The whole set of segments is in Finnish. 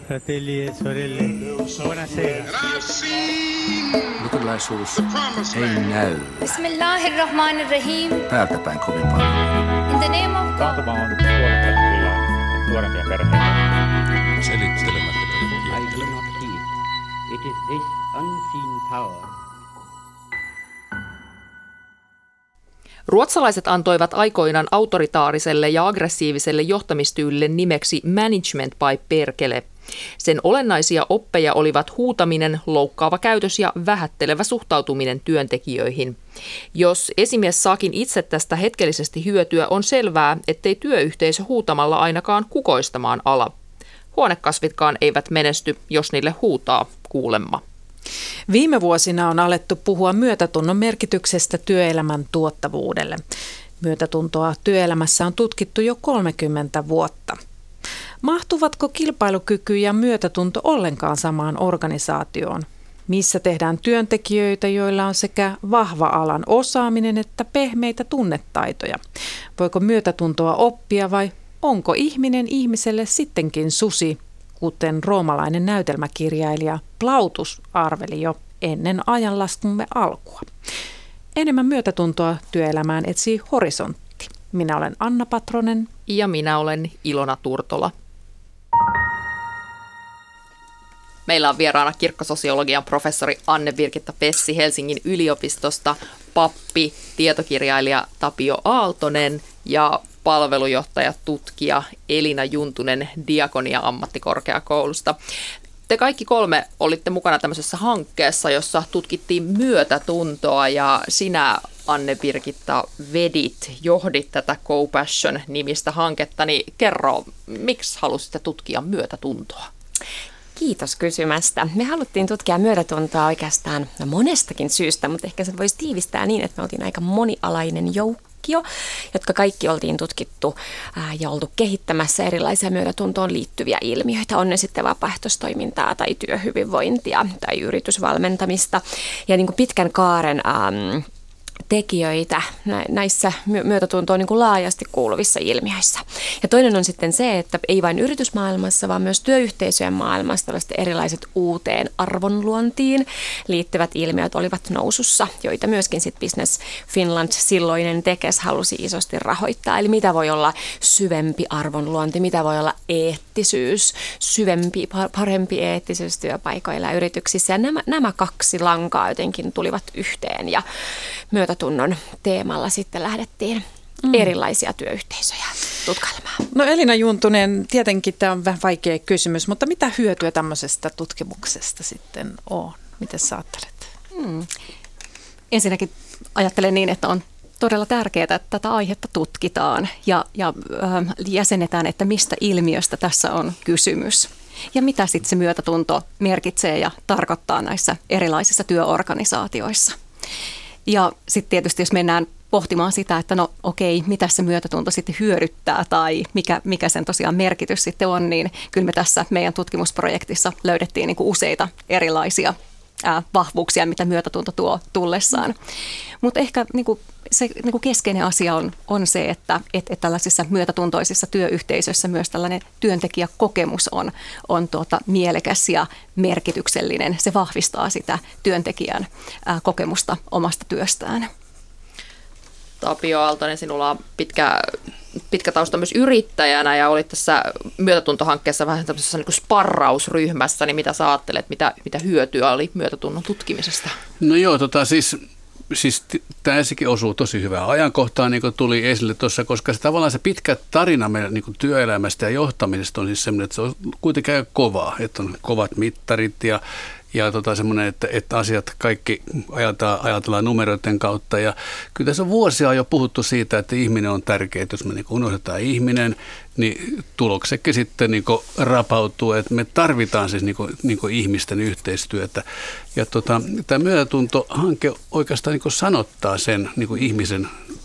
Fratelli e sorelle, buonasera. Luterilaisuus ei näy Bismillahirrahmanirrahim. päältä päin kovin paljon. In the name of God. Taantuma on tuonut kyllä nuorempia perheitä. Selittelemättä I do not heed. It is this unseen power. Ruotsalaiset antoivat aikoinaan autoritaariselle ja aggressiiviselle johtamistyylille nimeksi management by perkele. Sen olennaisia oppeja olivat huutaminen, loukkaava käytös ja vähättelevä suhtautuminen työntekijöihin. Jos esimies saakin itse tästä hetkellisesti hyötyä, on selvää, ettei työyhteisö huutamalla ainakaan kukoistamaan ala. Huonekasvitkaan eivät menesty, jos niille huutaa kuulemma. Viime vuosina on alettu puhua myötätunnon merkityksestä työelämän tuottavuudelle. Myötätuntoa työelämässä on tutkittu jo 30 vuotta. Mahtuvatko kilpailukyky ja myötätunto ollenkaan samaan organisaatioon? Missä tehdään työntekijöitä, joilla on sekä vahva alan osaaminen että pehmeitä tunnetaitoja? Voiko myötätuntoa oppia vai onko ihminen ihmiselle sittenkin susi, kuten roomalainen näytelmäkirjailija Plautus arveli jo ennen ajanlaskumme alkua? Enemmän myötätuntoa työelämään etsii Horisontti. Minä olen Anna Patronen. Ja minä olen Ilona Turtola. Meillä on vieraana kirkkososiologian professori Anne-Birgitta Pessi Helsingin yliopistosta, pappi, tietokirjailija Tapio Aaltonen ja palvelujohtaja, tutkija Elina Juntunen Diakonia-ammattikorkeakoulusta. Te kaikki kolme olitte mukana tämmöisessä hankkeessa, jossa tutkittiin myötätuntoa ja sinä, Anne-Birgitta, johdit tätä Co-Passion-nimistä hanketta, niin kerro, miksi halusitte tutkia myötätuntoa? Kiitos kysymästä. Me haluttiin tutkia myötätuntoa oikeastaan monestakin syystä, mutta ehkä se voisi tiivistää niin, että me oltiin aika monialainen joukko, jotka kaikki oltiin tutkittu ja oltu kehittämässä erilaisia myötätuntoon liittyviä ilmiöitä. On ne sitten vapaaehtoistoimintaa tai työhyvinvointia tai yritysvalmentamista. Ja niin kuin pitkän kaaren tekijöitä näissä myötätuntoon niin kuin laajasti kuuluvissa ilmiöissä. Ja toinen on sitten se, että ei vain yritysmaailmassa, vaan myös työyhteisöjen maailmassa tällaiset erilaiset uuteen arvonluontiin liittyvät ilmiöt olivat nousussa, joita myöskin sitten Business Finland, silloinen Tekes, halusi isosti rahoittaa. Eli mitä voi olla syvempi arvonluonti, mitä voi olla eettisyys, syvempi, parempi eettisyys työpaikoilla ja yrityksissä. Ja nämä kaksi lankaa jotenkin tulivat yhteen ja myötätunnon teemalla sitten lähdettiin erilaisia työyhteisöjä tutkailemaan. No Elina Juntunen, tietenkin tämä on vähän vaikea kysymys, mutta mitä hyötyä tämmöisestä tutkimuksesta sitten on? Miten sä ajattelet? Ensinnäkin ajattelen niin, että on todella tärkeää, että tätä aihetta tutkitaan ja jäsennetään, että mistä ilmiöstä tässä on kysymys. Ja mitä sitten se myötätunto merkitsee ja tarkoittaa näissä erilaisissa työorganisaatioissa. Ja sitten tietysti, jos mennään pohtimaan sitä, että no okei, mitä se myötätunto sitten hyödyttää tai mikä sen tosiaan merkitys sitten on, niin kyllä me tässä meidän tutkimusprojektissa löydettiin niin kuin useita erilaisia vahvuuksia, mitä myötätunto tuo tullessaan. Mutta ehkä niin kuin se niin kuin keskeinen asia on se, että tällaisissa myötätuntoisissa työyhteisöissä myös tällainen työntekijäkokemus on mielekäs ja merkityksellinen. Se vahvistaa sitä työntekijän kokemusta omasta työstään. Tapio Aaltonen, sinulla on pitkä tausta myös yrittäjänä ja olit tässä myötätuntohankkeessa vähän tämmöisessä niin kuin sparrausryhmässä, niin mitä sä ajattelet, mitä hyötyä oli myötätunnon tutkimisesta? No joo, siis tämä ensinnäkin osuu tosi hyvää ajankohtaa, niin kuin tuli esille tuossa, koska se tavallaan se pitkä tarina meidän niin kuin työelämästä ja johtamisesta on siis semmoinen, että se on kuitenkin aika kovaa, että on kovat mittarit ja semmoinen, että asiat kaikki ajatellaan numeroiden kautta. Ja kyllä tässä on vuosia jo puhuttu siitä, että ihminen on tärkeä, että jos me niin unohdetaan ihminen, niin tuloksekin sitten niin rapautuu, että me tarvitaan siis niin ihmisten yhteistyötä. Ja tämä myötätuntohanke oikeastaan niin sanottaa sen niin ihmisen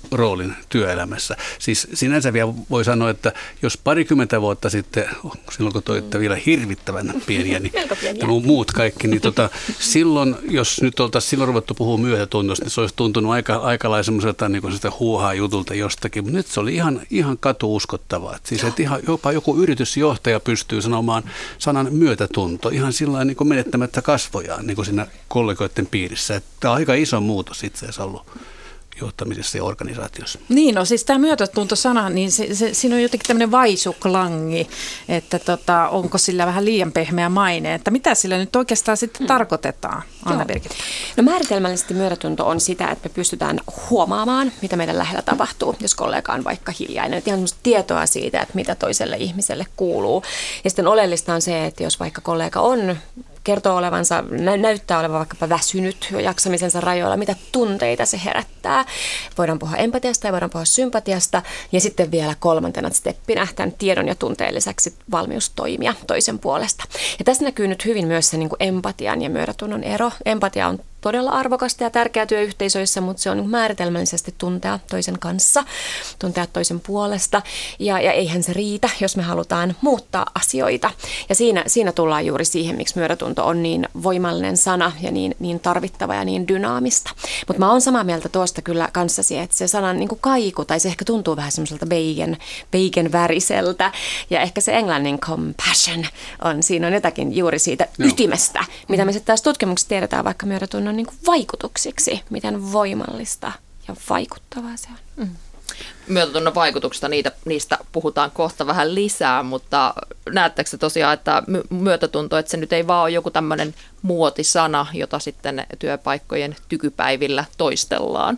roolin työelämässä. Siis sinänsä vielä voi sanoa, että jos 20 vuotta sitten, silloin kun toitte vielä hirvittävän pieniä, niin muut kaikki, niin silloin, jos nyt oltaisiin silloin ruvettu puhumaan myötätunnosta, niin se olisi tuntunut aika lailla semmoiselta niin huuhaa jutulta jostakin, mutta nyt se oli ihan katuuskottavaa. Siis että jopa joku yritysjohtaja pystyy sanomaan sanan myötätunto ihan sillä niin kuin menettämättä kasvojaan niin kuin siinä kollegoiden piirissä. Että tämä on aika iso muutos itse asiassa ollut johtamisessa ja organisaatiossa. Niin, no siis tämä myötätuntosana, niin siinä on jotenkin tämmöinen vaisuklangi, että onko sillä vähän liian pehmeä maine, että mitä sillä nyt oikeastaan sitten tarkoitetaan, Anna-Birgitta? No määritelmällisesti myötätunto on sitä, että me pystytään huomaamaan, mitä meidän lähellä tapahtuu, jos kollega on vaikka hiljainen. Että ihan semmoista tietoa siitä, että mitä toiselle ihmiselle kuuluu. Ja sitten oleellista on se, että jos vaikka kollega kertoo olevansa, näyttää olevan vaikkapa väsynyt jaksamisensa rajoilla, mitä tunteita se herättää. Voidaan puhua empatiasta ja voidaan puhua sympatiasta. Ja sitten vielä kolmantena steppinä tämän tiedon ja tunteen lisäksi valmius toimia toisen puolesta. Ja tässä näkyy nyt hyvin myös se niin kuin empatian ja myötätunnon ero. Empatia on todella arvokasta ja tärkeää työyhteisöissä, mutta se on määritelmällisesti tuntea toisen kanssa, tuntea toisen puolesta. Ja eihän se riitä, jos me halutaan muuttaa asioita. Ja siinä tullaan juuri siihen, miksi myötätunto on niin voimallinen sana ja niin tarvittava ja niin dynaamista. Mutta mä oon samaa mieltä tuosta kyllä kanssasi, että se sanan niin kuin kaiku, tai se ehkä tuntuu vähän semmoiselta bacon väriseltä. Ja ehkä se englannin compassion siinä on jotakin juuri siitä ytimestä, mitä me sitten taas tutkimuksessa tiedetään vaikka myötätunnon niin kuin vaikutuksiksi, miten voimallista ja vaikuttavaa se on. Myötätunnon vaikutuksista, niistä puhutaan kohta vähän lisää, mutta näettekö tosiaan, että myötätunto, että se nyt ei vaan ole joku tämmöinen muotisana, jota sitten työpaikkojen tykypäivillä toistellaan?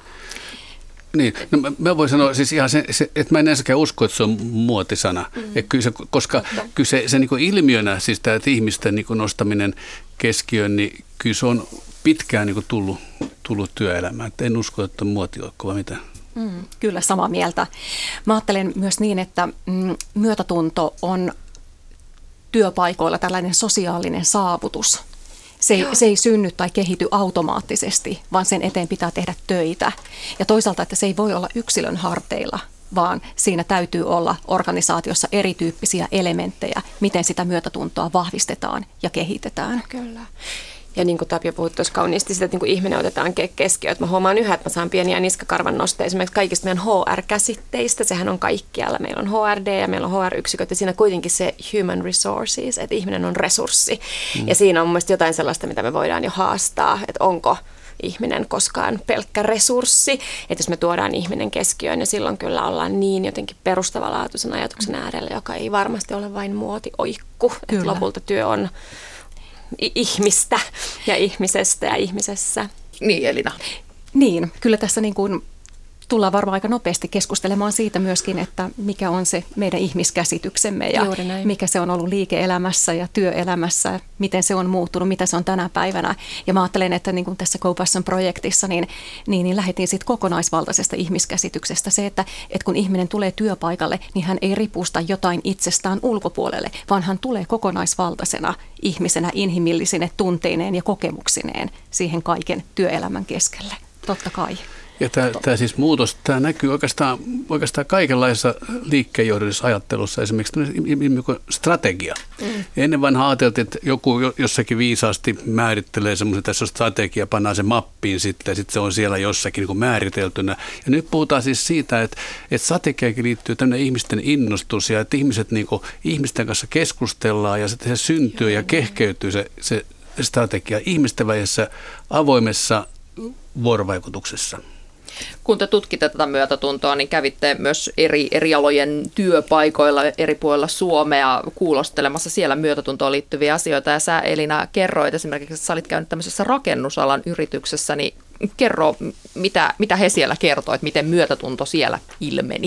Niin, no mä voin sanoa siis ihan se, että mä en ensinnäkään usko, että se on muotisana. Kyllä koska kyllä se niin kuin ilmiönä, siis tämä ihmisten niin kuin nostaminen keskiöön, niin kyllä se on pitkään niin kuin tullut työelämään. Et en usko, että on muotioikko vai mitä. Kyllä samaa mieltä. Mä ajattelen myös niin, että myötätunto on työpaikoilla tällainen sosiaalinen saavutus. Se ei synny tai kehity automaattisesti, vaan sen eteen pitää tehdä töitä. Ja toisaalta, että se ei voi olla yksilön harteilla, vaan siinä täytyy olla organisaatiossa erityyppisiä elementtejä, miten sitä myötätuntoa vahvistetaan ja kehitetään. Kyllä. Ja niin kuin Tapio puhui tuossa kauniisti sitä, että niin kuin ihminen otetaan keskiöön. Mä huomaan yhä, että mä saan pieniä niskakarvan nosteja esimerkiksi kaikista meidän HR-käsitteistä. Sehän on kaikkialla. Meillä on HRD ja meillä on HR-yksiköt ja siinä kuitenkin se human resources, että ihminen on resurssi. Ja siinä on mun mielestä jotain sellaista, mitä me voidaan jo haastaa, että onko ihminen koskaan pelkkä resurssi. Että jos me tuodaan ihminen keskiöön, niin silloin kyllä ollaan niin jotenkin perustavanlaatuisen ajatuksen äärellä, joka ei varmasti ole vain muotioikku. Että lopulta työ on ihmistä ja ihmisestä ja ihmisessä. Niin, Elina. Niin, kyllä tässä niin kuin tullaan varmaan aika nopeasti keskustelemaan siitä myöskin, että mikä on se meidän ihmiskäsityksemme ja mikä se on ollut liike-elämässä ja työelämässä, miten se on muuttunut, mitä se on tänä päivänä. Ja mä ajattelen, että niin kuin tässä Co-Passion-projektissa niin lähdettiin siitä kokonaisvaltaisesta ihmiskäsityksestä. Se, että kun ihminen tulee työpaikalle, niin hän ei ripusta jotain itsestään ulkopuolelle, vaan hän tulee kokonaisvaltaisena ihmisenä, inhimillisine tunteineen ja kokemuksineen siihen kaiken työelämän keskelle. Totta kai. Ja tämä siis muutos, tämä näkyy oikeastaan kaikenlaisessa liikkeenjohdollisessa ajattelussa, esimerkiksi strategia. Ennen vanhaa ajateltiin, että joku jossakin viisaasti määrittelee semmoisen, että tässä on strategia, pannaan se mappiin sitten, ja sitten se on siellä jossakin niin kuin määriteltynä. Ja nyt puhutaan siis siitä, että strategiakin liittyy tämmöinen ihmisten innostus, ja että ihmiset niin kuin, ihmisten kanssa keskustellaan, ja sitten se syntyy ja kehkeytyy se strategia ihmisten välisessä avoimessa vuorovaikutuksessa. Kun te tutkitte tätä myötätuntoa, niin kävitte myös eri alojen työpaikoilla eri puolilla Suomea kuulostelemassa siellä myötätuntoon liittyviä asioita. Ja sä, Elina, kerroit esimerkiksi, että sä olit käynyt tämmöisessä rakennusalan yrityksessä, niin kerro, mitä he siellä kertoivat, miten myötätunto siellä ilmeni.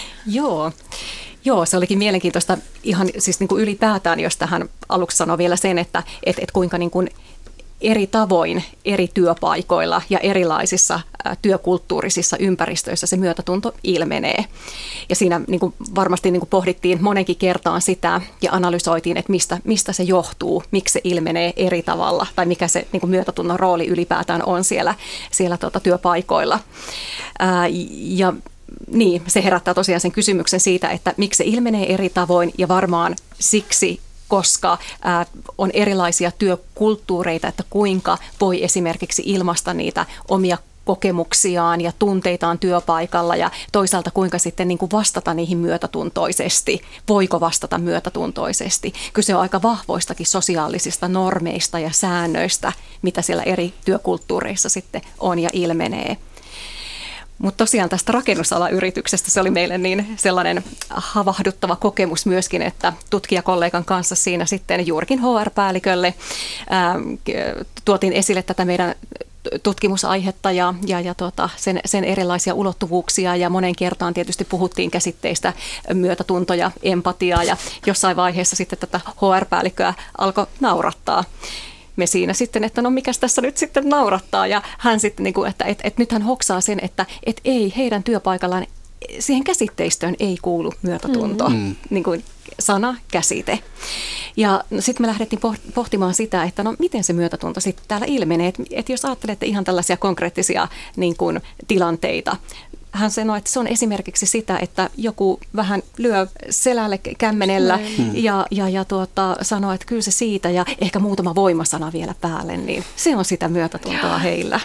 Joo, se olikin mielenkiintoista ihan siis niin kuin ylipäätään, jos tähän aluksi sanoo vielä sen, että kuinka niin kuin eri tavoin eri työpaikoilla ja erilaisissa työkulttuurisissa ympäristöissä se myötätunto ilmenee. Ja siinä niin kuin varmasti niin kuin pohdittiin monenkin kertaan sitä ja analysoitiin, että mistä se johtuu, miksi se ilmenee eri tavalla tai mikä se niin kuin myötätunnon rooli ylipäätään on siellä työpaikoilla. Ja niin, se herättää tosiaan sen kysymyksen siitä, että miksi se ilmenee eri tavoin ja varmaan siksi, koska on erilaisia työkulttuureita, että kuinka voi esimerkiksi ilmaista niitä omia kokemuksiaan ja tunteitaan työpaikalla ja toisaalta kuinka sitten niin kuin vastata niihin myötätuntoisesti. Voiko vastata myötätuntoisesti? Kyse on aika vahvoistakin sosiaalisista normeista ja säännöistä, mitä siellä eri työkulttuureissa sitten on ja ilmenee. Mutta tosiaan tästä rakennusalayrityksestä se oli meille niin sellainen havahduttava kokemus myöskin, että tutkijakollegan kanssa siinä sitten juurikin HR-päällikölle tuotiin esille tätä meidän tutkimusaihetta ja sen erilaisia ulottuvuuksia ja monen kertaan tietysti puhuttiin käsitteistä myötätunto ja empatia ja jossain vaiheessa sitten tätä HR-päällikköä alkoi naurattaa. Me siinä sitten, että no mikäs tässä nyt sitten naurattaa ja hän sitten, niin kuin, että nyt hän hoksaa sen, että ei heidän työpaikallaan siihen käsitteistöön ei kuulu myötätunto, niin kuin sana, käsite. Ja sitten me lähdettiin pohtimaan sitä, että no miten se myötätunto sitten täällä ilmenee, että jos ajattelette ihan tällaisia konkreettisia niin kuin tilanteita. Hän sanoi, että se on esimerkiksi sitä, että joku vähän lyö selälle kämmenellä ja sanoo, että kyllä se siitä ja ehkä muutama voimasana vielä päälle, niin se on sitä myötätuntoa heillä.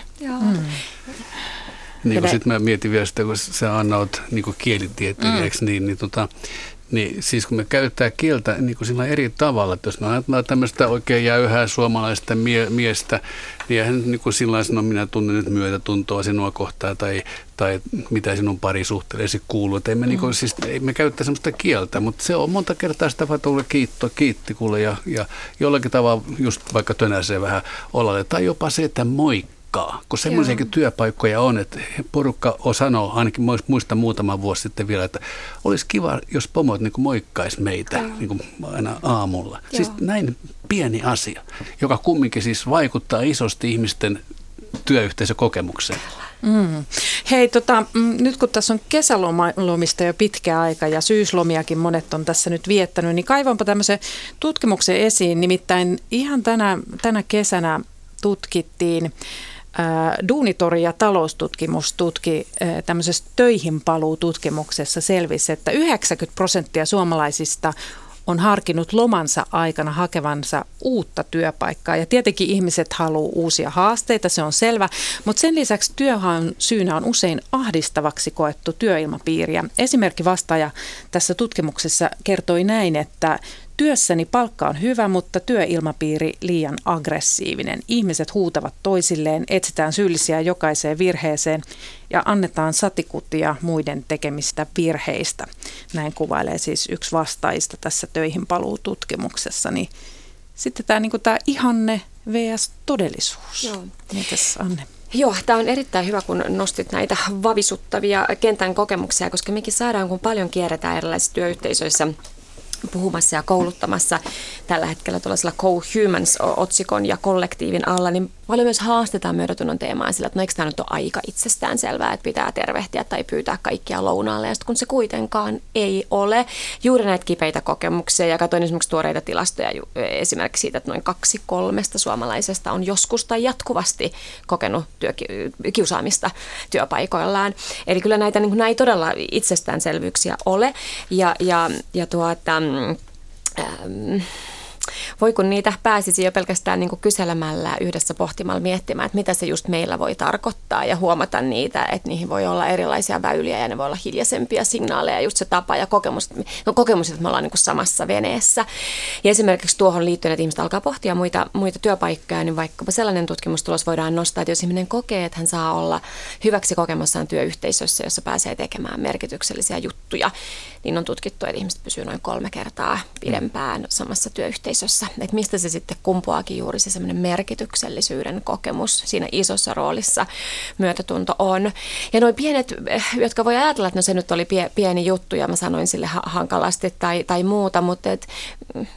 Niin kuin sitten mä mietin vielä sitä, kun sä Anna oot niin kielitieteilijäksi, niin siis kun me käytetään kieltä niin kuin sillä eri tavalla, että jos me ajatellaan tämmöistä oikein jäyhää suomalaista miestä, niin hän niin kuin sillä sanoo, minä tunnen nyt myötätuntoa sinua kohtaan tai mitä sinun parisuhteellesi kuuluu. Että emme, niin kuin, siis, ei me käyttää semmoista kieltä, mutta se on monta kertaa sitä vaan tulla kiitti kuule ja jollakin tavalla just vaikka tönäsee vähän olalle tai jopa se, että moikka. Kun semmoisiakin työpaikkoja on, että porukka sanoo, ainakin muistan muutama vuosi sitten vielä, että olisi kiva, jos pomot niin kuin moikkaisi meitä niin kuin aina aamulla. Joo. Siis näin pieni asia, joka kumminkin siis vaikuttaa isosti ihmisten työyhteisökokemukseen. Hei, nyt kun tässä on kesälomista jo pitkä aika ja syyslomiakin monet on tässä nyt viettänyt, niin kaivanpa tämmöisen tutkimuksen esiin. Nimittäin ihan tänä kesänä tutkittiin Duunitori ja taloustutkimus tutki tämmöisessä töihinpaluututkimuksessa selvisi, että 90% suomalaisista on harkinnut lomansa aikana hakevansa uutta työpaikkaa. Ja tietenkin ihmiset haluaa uusia haasteita, se on selvä, mutta sen lisäksi työhaun syynä on usein ahdistavaksi koettu työilmapiiri. Ja esimerkki vastaaja tässä tutkimuksessa kertoi näin, että työssäni palkka on hyvä, mutta työilmapiiri liian aggressiivinen. Ihmiset huutavat toisilleen, etsitään syyllisiä jokaiseen virheeseen ja annetaan satikutia muiden tekemistä virheistä. Näin kuvailee siis yksi vastaajista tässä töihinpaluututkimuksessa. Niin sitten tämä ihanne vs. todellisuus. Joo. Mitäs Anne? Joo, tämä on erittäin hyvä, kun nostit näitä vavisuttavia kentän kokemuksia, koska mekin saadaan, kun paljon kierretään erilaisissa työyhteisöissä puhumassa ja kouluttamassa tällä hetkellä tuollaisella Co-Humans-otsikon ja kollektiivin alla, niin paljon myös haastetaan myötätunnon teemaa sillä, että no eikö tämä nyt ole aika itsestään selvää, että pitää tervehtiä tai pyytää kaikkia lounaalle, ja kun se kuitenkaan ei ole. Juuri näitä kipeitä kokemuksia, ja katsoin esimerkiksi tuoreita tilastoja esimerkiksi siitä, että noin 2/3 suomalaisesta on joskus tai jatkuvasti kokenut kiusaamista työpaikoillaan. Eli kyllä näitä ei todella itsestäänselvyyksiä ole, voi kun niitä pääsisi jo pelkästään niin kuin kyselemällä yhdessä pohtimalla miettimään, että mitä se just meillä voi tarkoittaa ja huomata niitä, että niihin voi olla erilaisia väyliä ja ne voi olla hiljaisempia signaaleja, just se tapa ja kokemus, että me ollaan niin kuin samassa veneessä. Ja esimerkiksi tuohon liittyen, että ihmiset alkaa pohtia muita työpaikkoja, niin vaikkapa sellainen tutkimustulos voidaan nostaa, että jos ihminen kokee, että hän saa olla hyväksi kokemussaan työyhteisössä, jossa pääsee tekemään merkityksellisiä juttuja, niin on tutkittu, että ihmiset pysyy noin 3 kertaa pidempään samassa työyhteisössä. Että mistä se sitten kumpuaakin juuri se semmoinen merkityksellisyyden kokemus siinä isossa roolissa myötätunto on. Ja nuo pienet, jotka voi ajatella, että no se nyt oli pieni juttu ja mä sanoin sille hankalasti tai muuta, mutta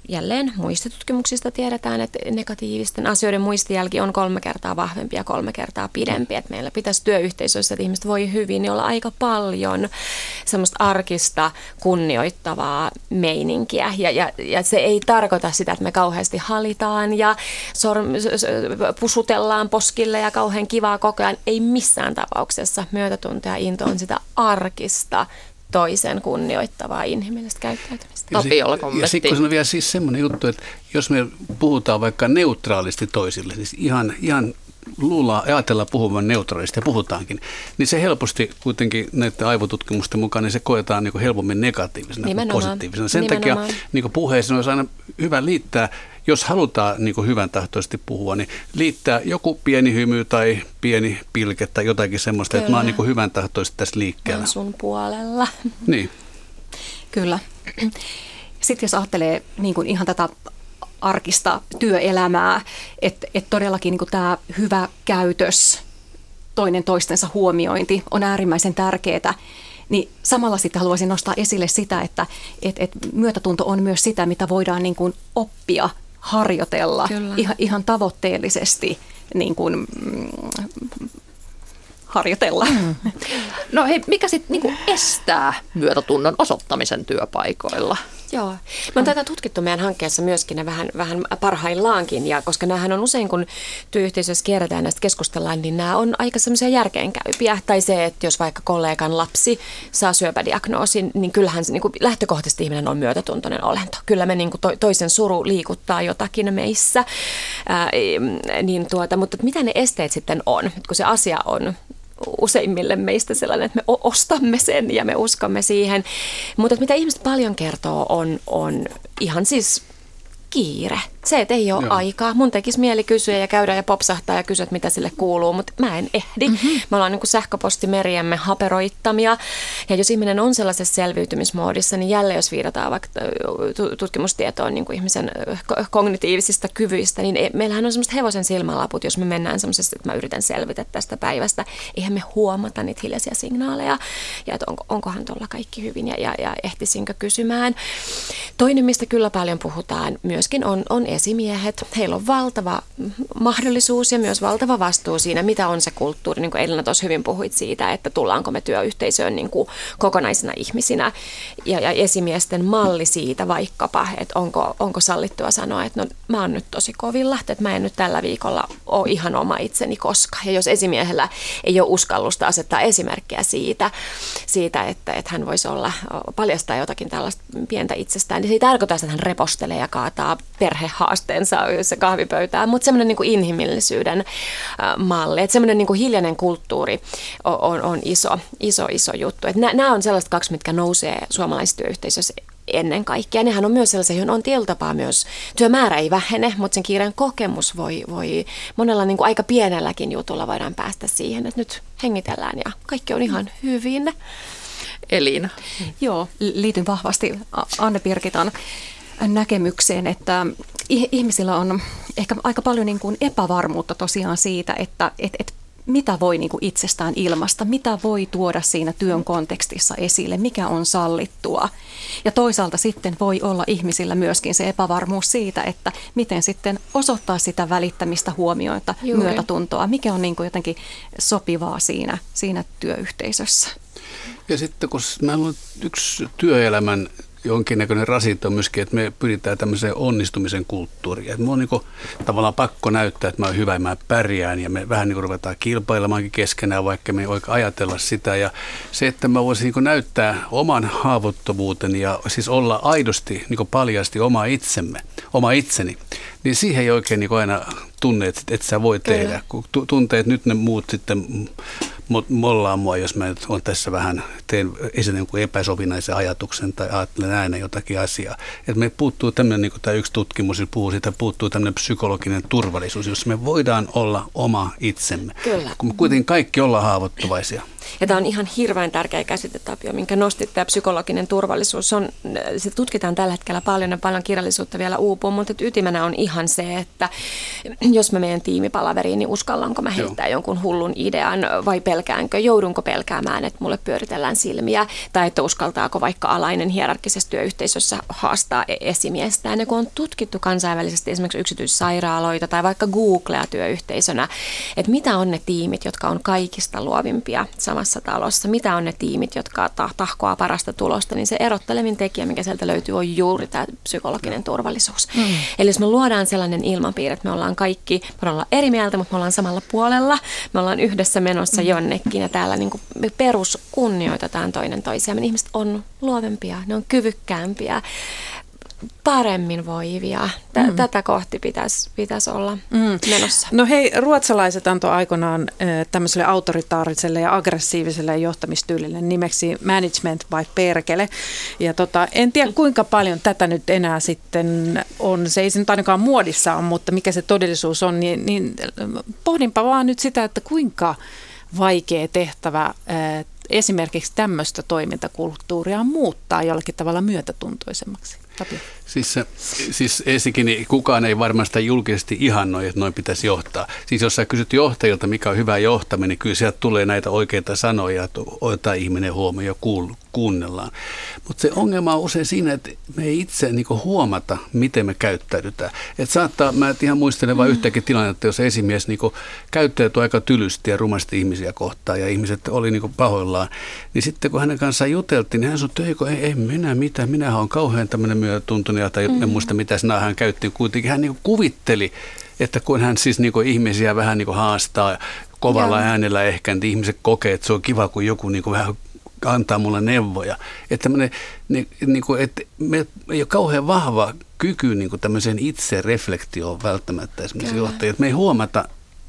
jälleen muistitutkimuksista tiedetään, että negatiivisten asioiden muistijälki on 3 kertaa vahvempi ja 3 kertaa pidempi. Että meillä pitäisi työyhteisöissä, että ihmiset voi hyvin, niin olla aika paljon semmoista arkista, kunnioittavaa meininkiä. Ja se ei tarkoita sitä, että me kauheasti halitaan ja pusutellaan poskille ja kauhean kivaa koko ajan. Ei missään tapauksessa. Myötätunto ja into on sitä arkista, toisen kunnioittavaa inhimillistä käyttäytymistä. Ja sitten on vielä siis semmoinen juttu, että jos me puhutaan vaikka neutraalisti toisille, siis ihan ajatellaan puhuvan neutraalisti ja puhutaankin, niin se helposti kuitenkin näiden aivotutkimusten mukaan niin se koetaan niin kuin helpommin negatiivisena kuin positiivisena. Sen takia niin kuin puheeseen olisi aina hyvä liittää, jos halutaan niin kuin hyvän tahtoisesti puhua, niin liittää joku pieni hymy tai pieni pilke tai jotakin semmoista, että mä oon niin kuin hyvän tahtoisesti tässä liikkeellä. Mä sun puolella. Niin. Kyllä. Sitten jos ajattelee niin kuin ihan tätä arkista työelämää, että todellakin niin tämä hyvä käytös, toinen toistensa huomiointi on äärimmäisen tärkeää, niin samalla sitten haluaisin nostaa esille sitä, että myötätunto on myös sitä, mitä voidaan niin kuin oppia, harjoitella ihan tavoitteellisesti niin kuin, harjoitella. No hei, mikä sitten niinku estää myötätunnon osoittamisen työpaikoilla? Joo. Me on tätä tutkittu meidän hankkeessa myöskin ja vähän parhaillaankin, ja koska näähän on usein, kun työyhteisössä kierretään ja näistä keskustellaan, niin nämä on aika semmoisia järkeenkäypiä. Tai se, että jos vaikka kollegan lapsi saa syöpädiagnoosin, niin kyllähän se, niin kuin lähtökohtaisesti ihminen on myötätuntoinen olento. Kyllä me niin kuin toisen suru liikuttaa jotakin meissä. Mutta mitä ne esteet sitten on, kun se asia on useimmille meistä sellainen, että me ostamme sen ja me uskomme siihen. Mutta mitä ihmiset paljon kertoo on ihan siis kiire. Se, että ei ole aikaa. Mun tekisi mieli kysyä ja käydä ja popsahtaa ja kysyä, mitä sille kuuluu, mutta mä en ehdi. Me ollaan niin kuin sähköpostimeriemme haperoittamia. Ja jos ihminen on sellaisessa selviytymismoodissa, niin jälleen jos viitataan vaikka tutkimustietoon niin kuin ihmisen kognitiivisista kyvyistä, niin meillähän on semmoiset hevosen silmälaput, jos me mennään semmoisesta, että mä yritän selvitä tästä päivästä. Eihän me huomata niitä hiljaisia signaaleja ja että onkohan tuolla kaikki hyvin ja ehtisinkö kysymään. Toinen, mistä kyllä paljon puhutaan myöskin on esimiehet. Heillä on valtava mahdollisuus ja myös valtava vastuu siinä, mitä on se kulttuuri. Niin kuin Elina tuossa hyvin puhuit siitä, että tullaanko me työyhteisöön niin kuin kokonaisina ihmisinä. Ja esimiesten malli siitä vaikkapa, että onko sallittua sanoa, että no mä oon nyt tosi kovilla, että mä en nyt tällä viikolla ole ihan oma itseni koskaan. Ja jos esimiehellä ei ole uskallusta asettaa esimerkkejä siitä että hän voisi paljastaa jotakin tällaista pientä itsestään, niin se ei tarkoita, että hän repostelee ja kaataa perhehaasteensa se kahvipöytään, mutta semmoinen niin kuin inhimillisyyden malli, että semmoinen niin kuin hiljainen kulttuuri on iso juttu. Nämä on sellaiset 2, mitkä nousee suomalaisessa työyhteisössä ennen kaikkea. Nehän on myös sellaisia, joihin on tietyllä tapaa myös, työmäärä ei vähene, mutta sen kiireen kokemus voi monella niin kuin aika pienelläkin jutulla voidaan päästä siihen, että nyt hengitellään ja kaikki on ihan hyvin. Elina. Joo, liityn vahvasti Anne Birgitan näkemykseen, että ihmisillä on ehkä aika paljon niin kuin epävarmuutta tosiaan siitä, että mitä voi niin kuin itsestään ilmaista, mitä voi tuoda siinä työn kontekstissa esille, mikä on sallittua. Ja toisaalta sitten voi olla ihmisillä myöskin se epävarmuus siitä, että miten sitten osoittaa sitä välittämistä, huomioita, myötätuntoa, mikä on niin kuin jotenkin sopivaa siinä työyhteisössä. Ja sitten kun mä luulen, yksi työelämän jonkinnäköinen rasite on myöskin, että me pyritään tämmöiseen onnistumisen kulttuuriin. Että mun on niin tavallaan pakko näyttää, että mä oon hyvä ja mä pärjään ja me vähän niin kuin ruvetaan kilpailemaankin keskenään, vaikka me ei oikein ajatella sitä. Ja se, että mä voisin niin näyttää oman haavoittuvuuteni ja siis olla aidosti niin paljasti oma itseni, niin siihen ei oikein niin aina tunne, että sä voi tehdä. Kun tuntee, että nyt ne muut sitten mollaa mua, jos mä nyt on tässä vähän, esitän jonkun epäsovinaisen ajatuksen tai ajattelen äänä jotakin asiaa. Että me puuttuu tämmöinen, niin kuin tämä yksi tutkimus puhuu siitä, puuttuu tämmöinen psykologinen turvallisuus, jossa me voidaan olla oma itsemme. Kyllä. Kun me kuitenkin kaikki ollaan haavoittuvaisia. Ja tämä on ihan hirveän tärkeä käsite, Tapio, minkä nostit, tämä psykologinen turvallisuus. Se tutkitaan tällä hetkellä paljon ja paljon kirjallisuutta vielä uupuu, mutta ytimenä on ihan se, että jos mä menen tiimipalaveriin, niin uskallanko mä heittää jonkun hullun idean vai pelkäänkö, joudunko pelkäämään, että mulle pyöritellään silmiä tai että uskaltaako vaikka alainen hierarkkisessa työyhteisössä haastaa esimiestään. Ja kun on tutkittu kansainvälisesti esimerkiksi yksityissairaaloita tai vaikka Googlea työyhteisönä, että mitä on ne tiimit, jotka on kaikista luovimpia samassa talossa, mitä on ne tiimit, jotka tahkoaa parasta tulosta, niin se erottelevin tekijä, mikä sieltä löytyy, on juuri tämä psykologinen turvallisuus. Eli jos me luodaan sellainen ilmapiiri, että me ollaan kaikki, me ollaan eri mieltä, mutta me ollaan samalla puolella, me ollaan yhdessä menossa jonnekin ja täällä niin kuin me peruskunnioitetaan toinen toisiaan. Me ihmiset on luovempia, ne on kyvykkäämpiä, paremmin voivia. Tätä kohti pitäisi olla menossa. No hei, ruotsalaiset antoi aikoinaan tämmöiselle autoritaariselle ja aggressiiviselle johtamistyylille nimeksi management by perkele. Ja en tiedä kuinka paljon tätä nyt enää sitten on, se ei se nyt ainakaan muodissa on, mutta mikä se todellisuus on, niin pohdinpa vaan nyt sitä, että kuinka vaikea tehtävä esimerkiksi tämmöistä toimintakulttuuria muuttaa jollakin tavalla myötätuntoisemmaksi. Tapio. Siis ensinnäkin niin kukaan ei varmaan sitä julkisesti ihannoi, että noin pitäisi johtaa. Siis jos sä kysyt johtajilta, mikä on hyvä johtaminen, niin kyllä sieltä tulee näitä oikeita sanoja, että otetaan ihminen huomioon ja kuunnellaan. Mutta se ongelma on usein siinä, että me ei itse niinku huomata, miten me käyttäydytään. Että saattaa, mä ihan muistelen vain yhtäkin tilannetta, jos esimies niinku käyttäytyi aika tylysti ja rumasti ihmisiä kohtaan ja ihmiset oli niinku pahoillaan. Niin sitten kun hänen kanssaan juteltiin, niin hän sanoi, että ei minä mitään, minähän olen kauhean tämmöinen myötätuntoinen tai en muista mitä sanaa hän käytti. Kuitenkin hän niinku kuvitteli, että kun hän siis niinku ihmisiä vähän niinku haastaa kovalla äänellä ehkä, niin ihmiset kokee, että se on kiva, kun joku niinku vähän antaa mulle neuvoja. Että että me ei ole kauhean vahva kyky niinku tämmöiseen itsereflektioon välttämättä esimerkiksi johtajia. Me ei huomata,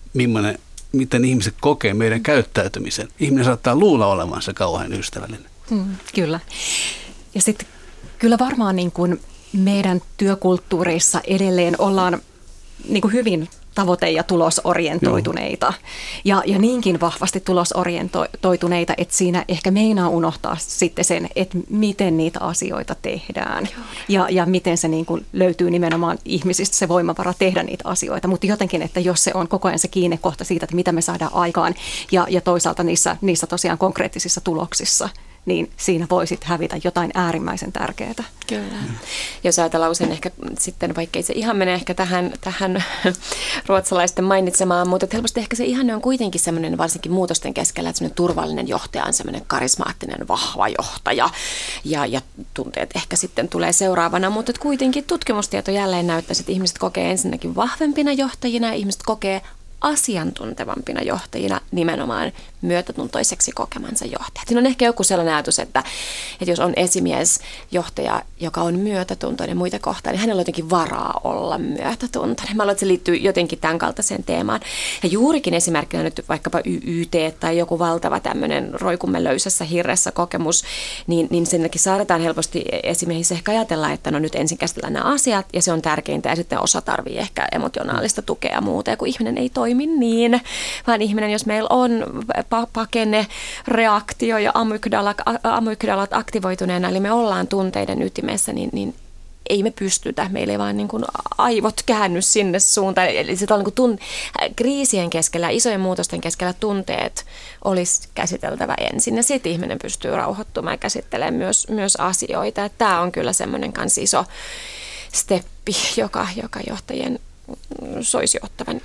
miten ihmiset kokee meidän käyttäytymisen. Ihminen saattaa luulla olevansa kauhean ystävällinen. Kyllä. Ja sitten kyllä varmaan niin kuin meidän työkulttuurissa edelleen ollaan niin kuin hyvin tavoite- ja tulosorientoituneita. Ja niinkin vahvasti tulosorientoituneita, että siinä ehkä meinaa unohtaa sitten sen, että miten niitä asioita tehdään. Ja miten se niin kuin löytyy nimenomaan ihmisistä se voimavara tehdä niitä asioita. Mutta jotenkin, että jos se on koko ajan se kiinnekohta siitä, että mitä me saadaan aikaan ja toisaalta niissä tosiaan konkreettisissa tuloksissa, niin siinä voi sitten hävitä jotain äärimmäisen tärkeää. Kyllä. Jos ajatellaan usein ehkä sitten, vaikka ei se ihan mene ehkä tähän ruotsalaisten mainitsemaan, mutta helposti ehkä se ihanne on kuitenkin semmoinen varsinkin muutosten keskellä, että semmoinen turvallinen johtaja on semmoinen karismaattinen, vahva johtaja ja tunteet ehkä sitten tulee seuraavana, mutta kuitenkin tutkimustieto jälleen näyttäisi, että ihmiset kokee ensinnäkin vahvempina johtajina ja ihmiset kokee asiantuntevampina johtajina nimenomaan myötätuntoiseksi kokemansa johtajat. Siinä on ehkä joku sellainen ajatus, että jos on esimiesjohtaja, joka on myötätuntoinen muita kohtaan, niin hänellä on jotenkin varaa olla myötätuntoinen. Mä luulen, että se liittyy jotenkin tämän kaltaiseen teemaan. Ja juurikin esimerkkinä nyt vaikkapa YT tai joku valtava tämmöinen roikumme löysässä hirressä kokemus, niin senkin saadaan helposti esimiehissä ehkä ajatella, että no nyt ensin käsitellään nämä asiat ja se on tärkeintä ja sitten osa tarvii ehkä emotionaalista tukea ja muuta. Ja kun ihminen ei toimi niin, vaan ihminen, jos meillä on pakenne, reaktio ja amygdalat aktivoituneena, eli me ollaan tunteiden ytimessä, niin ei me pystytä, meillä ei vaan niin kuin aivot käänny sinne suuntaan. Eli se on niin kuin kriisien keskellä, isojen muutosten keskellä tunteet olisi käsiteltävä ensin. Ja sitten ihminen pystyy rauhoittumaan ja käsittelemään myös asioita. Että tämä on kyllä semmoinen kans iso steppi, joka johtajien soisi ottavan.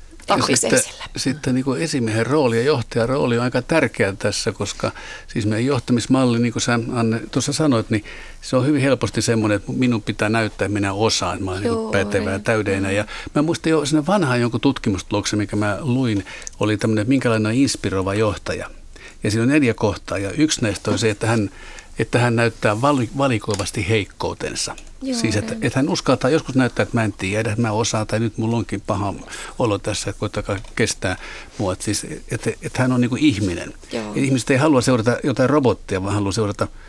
Sitten niin kuin esimiehen rooli ja johtajan rooli on aika tärkeä tässä, koska siis meidän johtamismalli, niin kuin sä Anne tuossa sanoit, niin se on hyvin helposti semmoinen, että minun pitää näyttää, että minä osaan, mä olen niin pätevä ja täydellinen. Ja mä muistan jo sinne vanhaan jonkun tutkimustuloksen, mikä mä luin, oli tämmöinen, että minkälainen on inspiroiva johtaja. Ja siinä on 4 kohtaa ja yksi näistä on se, että hän näyttää valikoivasti heikkoutensa. Joo, siis, että hän uskaltaa joskus näyttää, että mä en tiedä, että mä osaan, tai nyt mulla onkin paha olo tässä, että koittakaa kestää mua. Siis, että hän on niin kuin ihminen. Ihmiset ei halua seurata jotain robottia, vaan haluaa seurata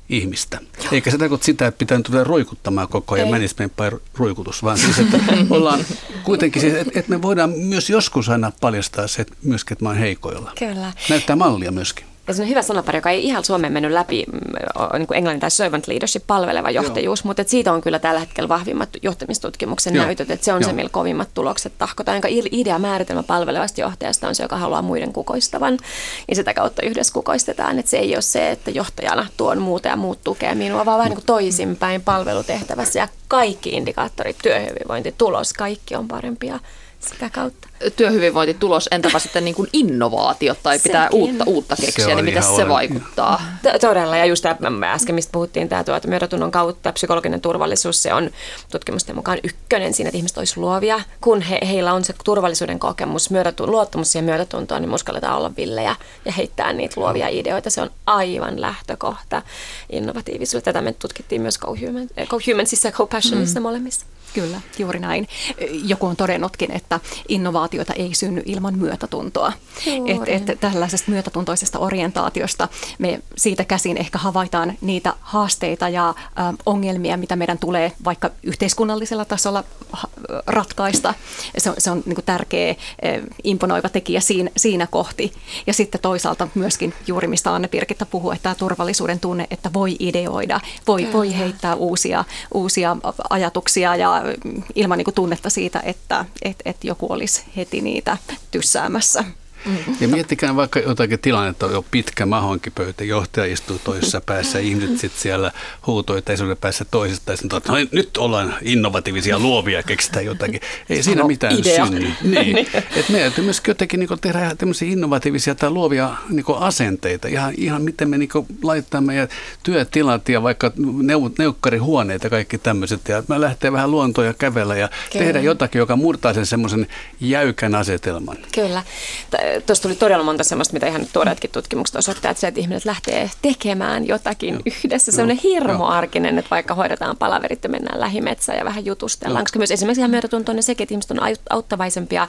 ihmistä. Eikä se tarkoita sitä, että pitää tulla roikuttamaan koko ajan management by ruikutus, vaan siis, että ollaan kuitenkin, siis, että me voidaan myös joskus aina paljastaa se, että myöskin, että mä oon heikoilla. Kyllä. Näyttää mallia myöskin. Ja se on hyvä sanapari, joka ei ihan Suomeen mennyt läpi, niin kuin englannin tai servant leadership, palveleva johtajuus, mutta siitä on kyllä tällä hetkellä vahvimmat johtamistutkimuksen näytöt, että se on se, millä kovimmat tulokset tahkotaan. Jonka idea määritelmä palvelevasta johtajasta on se, joka haluaa muiden kukoistavan, ja sitä kautta yhdessä kukoistetaan, että se ei ole se, että johtajana tuon muuta ja muut tukee minua, vaan vähän niin kuin toisinpäin palvelutehtävässä, ja kaikki indikaattorit, työhyvinvointi, tulos, kaikki on parempia sitä kautta. Työhyvinvointitulos, entäpä sitten niin kuin innovaatiot tai pitää uutta keksiä, niin miten se vaikuttaa? Todella, ja just äsken, mistä puhuttiin, tämä myötätunnon kautta psykologinen turvallisuus, se on tutkimusten mukaan ykkönen siinä, että ihmiset olisi luovia. Kun heillä on se turvallisuuden kokemus, luottamus ja myötätuntoon, niin uskalletaan olla villejä ja heittää niitä luovia ideoita. Se on aivan lähtökohta innovatiivisuudelle. Tätä me tutkittiin myös Co-Humansissa ja Co-Passionissa molemmissa. Kyllä, juuri näin. Joku on todennutkin, että innovaatioita ei synny ilman myötätuntoa. Että tällaisesta myötätuntoisesta orientaatiosta me siitä käsin ehkä havaitaan niitä haasteita ja ongelmia, mitä meidän tulee vaikka yhteiskunnallisella tasolla ratkaista. Se on niin kuin tärkeä, imponoiva tekijä siinä kohti. Ja sitten toisaalta myöskin juuri, mistä Anne-Birgitta puhuu, että tämä turvallisuuden tunne, että voi ideoida, voi heittää uusia ajatuksia ja ilman niin kuin tunnetta siitä, että joku olisi heti niitä tyssäämässä. Ja miettikää vaikka jotakin tilannetta, on jo pitkä mahonkipöytä, johtaja istuu toisessa päässä, ihmiset sitten siellä huutoo etäisyyden päässä toisesta, ja sitten no, nyt ollaan innovatiivisia, luovia, keksitään jotakin. Ei siinä mitään synny. Niin. Että meidän täytyy myös jotenkin niin tehdä tämmöisiä innovatiivisia tai luovia niin asenteita, ihan miten me niin laittaa meidän työtilat ja vaikka neukkarihuoneet ja kaikki tämmöiset, ja me lähtee vähän luontoon ja kävellä ja tehdä jotakin, joka murtaa sen semmoisen jäykän asetelman. Kyllä. Tuossa tuli todella monta semmoista, mitä ihan tuoreetkin tutkimukset osoittaa, että se, että ihmiset lähtee tekemään jotakin yhdessä. Semmoinen hirmuarkinen, että vaikka hoidetaan palaverit ja mennään lähimetsään ja vähän jutustellaan. Koska myös esimerkiksi ihan myötätuntoinen sekin, että ihmiset on auttavaisempia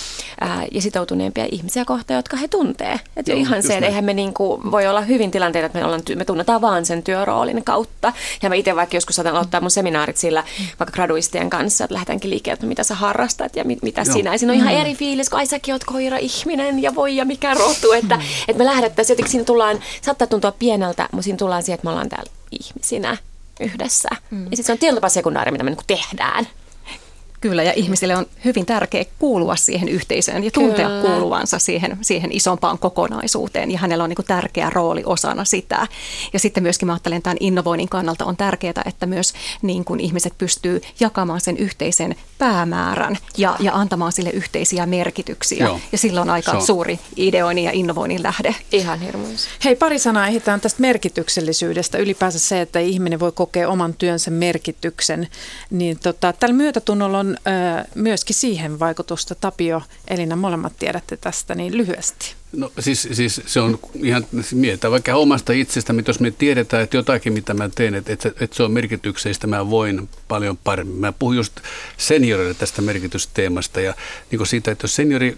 ja sitoutuneempia ihmisiä kohtaan, jotka he tuntee. Että jo ihan se, että eihän me voi olla hyvin tilanteita, että me tunnetaan vaan sen työroolin kautta. Ja mä itse vaikka joskus saatan aloittaa mun seminaarit sillä vaikka graduistien kanssa, että lähdetäänkin liikkeelle, että mitä sä harrastat ja mitä sinä. Ja siinä on ihan eri fiilis, kun ai säkin oot koira-ihminen ja voi ja mikä rotu. Että me lähdettäisiin jotenkin, siinä tullaan, saattaa tuntua pieneltä, mutta siinä tullaan siihen, että me ollaan täällä ihmisinä yhdessä. Ja sitten se on tietyllä tapaa sekundaari, mitä me tehdään. Kyllä, ja ihmisille on hyvin tärkeää kuulua siihen yhteisöön ja tuntea kuuluvansa siihen isompaan kokonaisuuteen, ja hänellä on niin kuin tärkeä rooli osana sitä. Ja sitten myöskin mä ajattelen, että tämän innovoinnin kannalta on tärkeää, että myös niin kuin ihmiset pystyy jakamaan sen yhteisen päämäärän ja antamaan sille yhteisiä merkityksiä. Joo. Ja silloin aika suuri ideoinnin ja innovoinnin lähde. Ihan hirmuisen. Hei, pari sanaa ehditään tästä merkityksellisyydestä. Ylipäänsä se, että ihminen voi kokea oman työnsä merkityksen. Niin tällä myötätunnolla on myöskin siihen vaikutusta. Tapio, Elina, molemmat tiedätte tästä niin lyhyesti. No siis se on ihan, mietitään vaikka omasta itsestä, jos me tiedetään, että jotakin mitä mä teen, että se on merkityksellistä, mä voin paljon paremmin. Mä puhun just seniorille tästä merkitysteemasta ja niin siitä, että jos seniori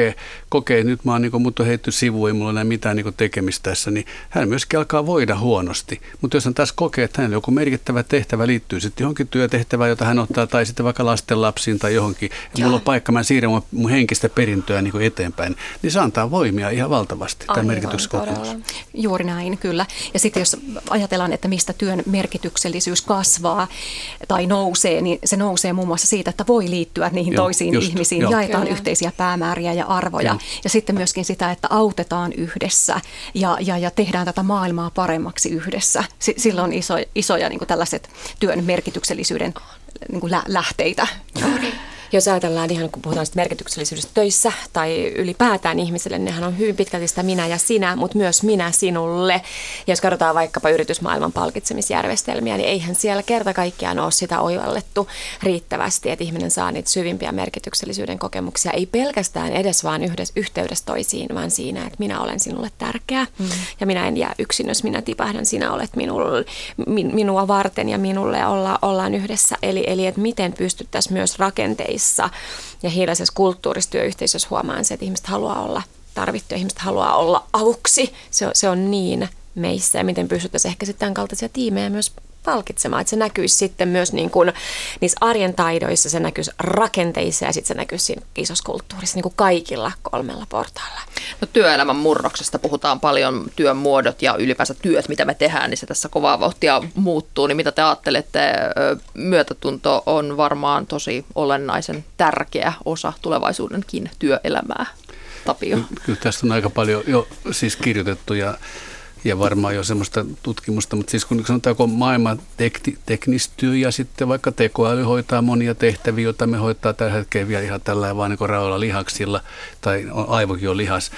kokee nyt mä oon niin mut on heitty sivuun, ei mulla ole enää mitään niin tekemistä tässä, niin hän myöskin alkaa voida huonosti. Mutta jos hän taas kokee, että hänellä joku merkittävä tehtävä liittyy sitten johonkin työtehtävään, jota hän ottaa, tai sitten vaikka lastenlapsiin tai johonkin, ja mulla on paikka, mä siirrän mun henkistä perintöä niin eteenpäin, niin se antaa voimia ihan valtavasti, tämä merkitykskokemus. Juuri näin, kyllä. Ja sitten jos ajatellaan, että mistä työn merkityksellisyys kasvaa tai nousee, niin se nousee muun muassa siitä, että voi liittyä niihin toisiin ihmisiin, jaetaan yhteisiä päämääriä ja arvoja. Ja sitten myöskin sitä, että autetaan yhdessä ja tehdään tätä maailmaa paremmaksi yhdessä. Silloin on isoja niin kuin tällaiset työn merkityksellisyyden niin kuin lähteitä. Jos ajatellaan ihan, kun puhutaan merkityksellisyydestä töissä tai ylipäätään ihmiselle, nehän on hyvin pitkälti sitä minä ja sinä, mutta myös minä sinulle. Ja jos katsotaan vaikkapa yritysmaailman palkitsemisjärjestelmiä, niin eihän siellä kerta kaikkiaan ole sitä oivallettu riittävästi, että ihminen saa niitä syvimpiä merkityksellisyyden kokemuksia. Ei pelkästään edes vaan yhteydessä toisiin, vaan siinä, että minä olen sinulle tärkeä. Ja minä en jää yksin, jos minä tipahdan, sinä olet minua varten ja minulle ollaan yhdessä. Eli että miten pystyttäisiin myös rakenteissa ja hiljaisessa kulttuurissa työyhteisössä huomaan se, että ihmiset haluaa olla tarvittuja, ihmiset haluaa olla avuksi. Se on niin meissä ja miten pystyttäisiin ehkä sitten tämän kaltaisia tiimejä myös palkitsemaan, että se näkyisi sitten myös niin kuin niissä arjen taidoissa, se näkyisi rakenteissa ja sitten se näkyisi siinä isossa kulttuurissa niin kuin kaikilla 3 portaalla. No, työelämän murroksesta puhutaan paljon, työn muodot ja ylipäänsä työt, mitä me tehdään, niin se tässä kovaa vauhtia muuttuu. Niin mitä te ajattelette? Myötätunto on varmaan tosi olennaisen tärkeä osa tulevaisuudenkin työelämää. Tapio. Kyllä tästä on aika paljon jo siis kirjoitettu ja varmaan jo semmoista tutkimusta, mutta siis kun sanotaanko maailma teknistyy ja sitten vaikka tekoäly hoitaa monia tehtäviä, joita me hoitaa tällä hetkellä vielä ihan tällä vaan niin raoilla lihaksilla tai aivokin on lihas,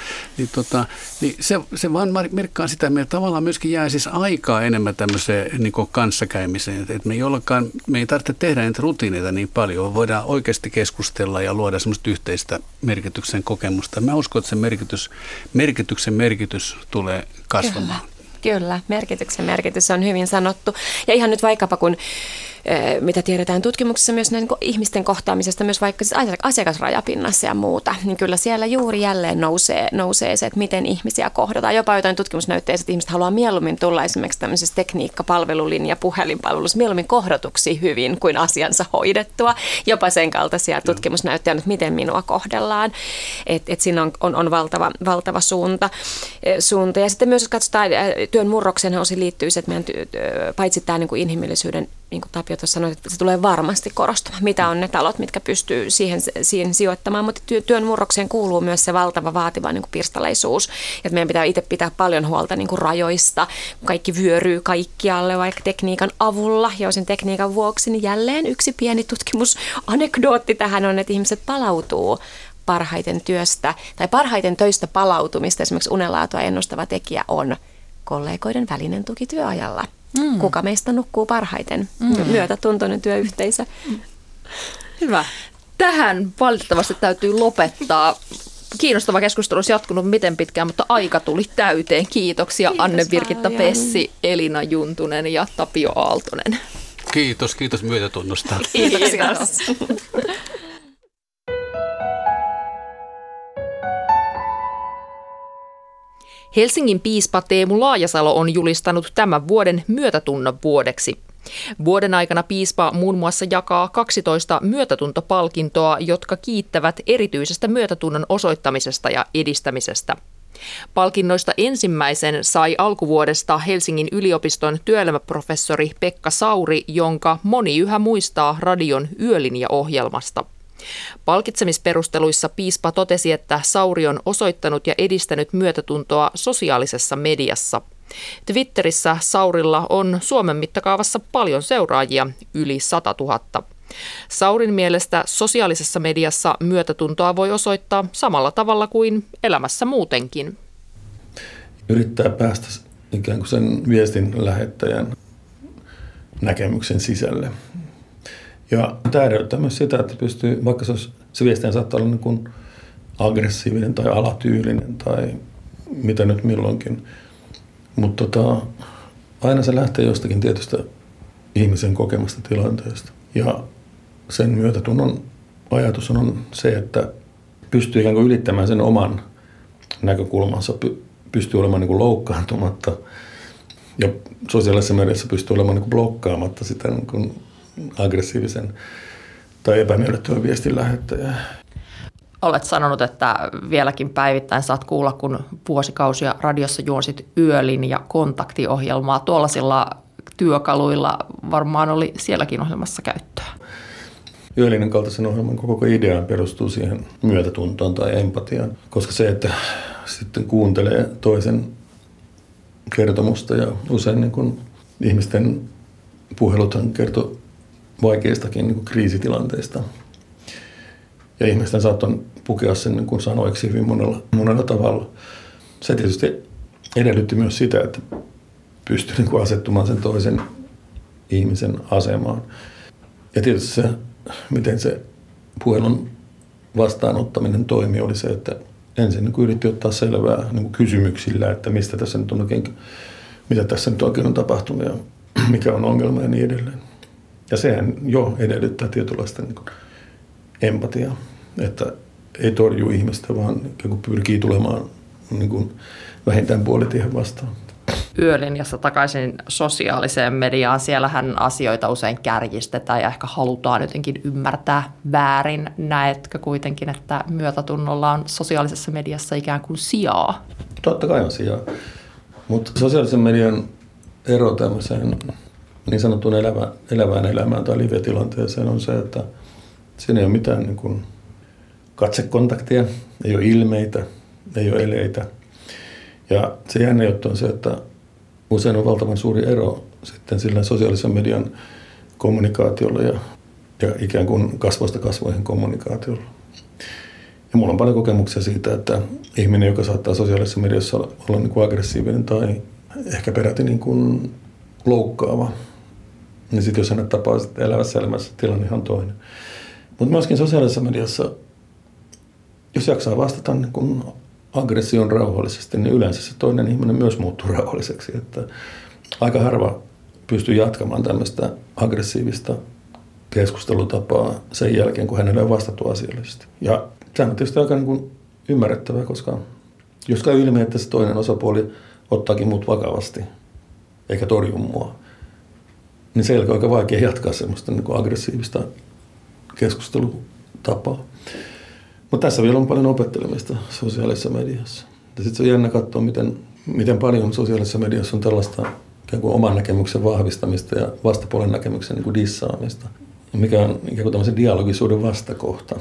niin se vaan merkkaa sitä, että meillä tavallaan myöskin jää siis aikaa enemmän tämmöiseen niin kanssakäymiseen, että me ei tarvitse tehdä niitä rutiineita niin paljon, voidaan oikeasti keskustella ja luoda semmoista yhteistä merkityksen kokemusta. Mä uskon, että se merkityksen merkitys tulee kasvamaan. Kyllä, merkitys on hyvin sanottu. Ja ihan nyt vaikkapa kun, mitä tiedetään tutkimuksessa myös näin, niin ihmisten kohtaamisesta, myös vaikka siis asiakasrajapinnassa ja muuta, niin kyllä siellä juuri jälleen nousee se, että miten ihmisiä kohdataan. Jopa jotain tutkimusnäytteitä, että ihmiset haluaa mieluummin tulla esimerkiksi tämmöisessä tekniikkapalvelulinja puhelinpalvelussa mieluummin kohdatuksi hyvin kuin asiansa hoidettua. Jopa sen kaltaisia tutkimusnäytteitä, että miten minua kohdellaan. Että siinä on valtava suunta. Ja sitten myös jos katsotaan työn murrokseen osin liittyy se, että meidän paitsi tämä niin kuin inhimillisyyden, niin kuin Tapio tuossa sanoi, että se tulee varmasti korostumaan. Mitä on ne talot, mitkä pystyy siihen sijoittamaan, mutta työn murrokseen kuuluu myös se valtava vaativa niin kuin pirstaleisuus. Että meidän pitää itse pitää paljon huolta niin kuin rajoista. Kaikki vyöryy kaikkialle vaikka tekniikan avulla ja sen tekniikan vuoksi, niin jälleen yksi pieni tutkimusanekdootti tähän on, että ihmiset palautuu parhaiten työstä tai parhaiten töistä palautumista. Esimerkiksi unenlaatua ennustava tekijä on kollegoiden välinen tuki työajalla. Kuka meistä nukkuu parhaiten? Myötätuntoinen työyhteisö. Hyvä. Tähän valitettavasti täytyy lopettaa. Kiinnostava keskustelu olisi jatkunut miten pitkään, mutta aika tuli täyteen. Kiitoksia Anne-Birgitta Pessi, Elina Juntunen ja Tapio Aaltonen. Kiitos myötätunnosta. Kiitos. Helsingin piispa Teemu Laajasalo on julistanut tämän vuoden myötätunnon vuodeksi. Vuoden aikana piispa muun muassa jakaa 12 myötätuntopalkintoa, jotka kiittävät erityisestä myötätunnon osoittamisesta ja edistämisestä. Palkinnoista ensimmäisen sai alkuvuodesta Helsingin yliopiston työelämäprofessori Pekka Sauri, jonka moni yhä muistaa radion Yölinja-ohjelmasta. Palkitsemisperusteluissa piispa totesi, että Sauri on osoittanut ja edistänyt myötätuntoa sosiaalisessa mediassa. Twitterissä Saurilla on Suomen mittakaavassa paljon seuraajia, yli 100 000. Saurin mielestä sosiaalisessa mediassa myötätuntoa voi osoittaa samalla tavalla kuin elämässä muutenkin. Yrittää päästä ikään kuin sen viestin lähettäjän näkemyksen sisälle. Ja tämä edellyttää myös sitä, että pystyy, vaikka se viestinä saattaa olla niin kuin aggressiivinen tai alatyylinen tai mitä nyt milloinkin, mutta aina se lähtee jostakin tietystä ihmisen kokemasta tilanteesta. Ja sen myötätunnon ajatus on se, että pystyy ikään kuin ylittämään sen oman näkökulmansa, pystyy olemaan niin kuin loukkaantumatta ja sosiaalisessa mediassa pystyy olemaan niin kuin blokkaamatta sitä niin kuin aggressiivisen tai epämiellyttävän viestin lähettäjää. Olet sanonut, että vieläkin päivittäin saat kuulla, kun vuosikausia radiossa juonsit Yölinja kontaktiohjelmaa. Tuollaisilla työkaluilla varmaan oli sielläkin ohjelmassa käyttöä. Yölinjan kaltaisen ohjelman koko idea perustuu siihen myötätuntoon tai empatiaan, koska se, että sitten kuuntelee toisen kertomusta ja usein niin kuin ihmisten puheluthan kertoo vaikeistakin niin kuin kriisitilanteista. Ja ihmisten saattoi pukea sen niin kuin sanoiksi hyvin monella tavalla. Se tietysti edellytti myös sitä, että pystyi niin kuin asettumaan sen toisen ihmisen asemaan. Ja tietysti se, miten se puhelun vastaanottaminen toimi, oli se, että ensin niin kuin yritti ottaa selvää niin kuin kysymyksillä, että mitä tässä nyt oikein on tapahtunut ja mikä on ongelma ja niin edelleen. Ja sehän jo edellyttää tietynlaista niin kuin empatiaa, että ei torju ihmistä, vaan pyrkii tulemaan niin kuin vähintään puolitiehen vastaan. Yölinjassa takaisin sosiaaliseen mediaan. Siellähän asioita usein kärjistetään ja ehkä halutaan jotenkin ymmärtää väärin. Näetkö kuitenkin, että myötätunnolla on sosiaalisessa mediassa ikään kuin sijaa? Totta kai on sijaa. Mutta sosiaalisen median ero tämmöiseen niin sanottuun elävään elämään tai live-tilanteeseen on se, että siinä ei ole mitään niin kuin katsekontakteja, ei ole ilmeitä, ei ole eleitä. Ja se jännä juttu on se, että usein on valtavan suuri ero sitten sillä sosiaalisen median kommunikaatiolla ja ikään kuin kasvoista kasvoihin kommunikaatiolla. Ja mulla on paljon kokemuksia siitä, että ihminen, joka saattaa sosiaalisessa mediassa olla niin kuin aggressiivinen tai ehkä peräti niin kuin loukkaava, niin sitten jos hänet tapaa elävässä elämässä, tilanne ihan toinen. Mutta myöskin sosiaalisessa mediassa, jos jaksaa vastata niin kuin aggression rauhallisesti, niin yleensä se toinen ihminen myös muuttuu rauhalliseksi. Että aika harva pystyy jatkamaan tämmöistä aggressiivista keskustelutapaa sen jälkeen, kun hänelle on vastattu asiallisesti. Ja sehän on tietysti aika niin kuin ymmärrettävää, koska jos käy ilmi, että se toinen osapuoli ottaakin mut vakavasti, eikä torju mua, niin se on aika vaikea jatkaa semmoista niin kuin aggressiivista keskustelutapaa. Mutta tässä vielä on paljon opettelemista sosiaalisessa mediassa. Ja sitten se on jännä katsoa, miten paljon sosiaalisessa mediassa on tällaista ikään kuin oman näkemyksen vahvistamista ja vastapuolen näkemyksen niin kuin dissaamista. Ja mikä on ikään kuin tämmöisen dialogisuuden vastakohta.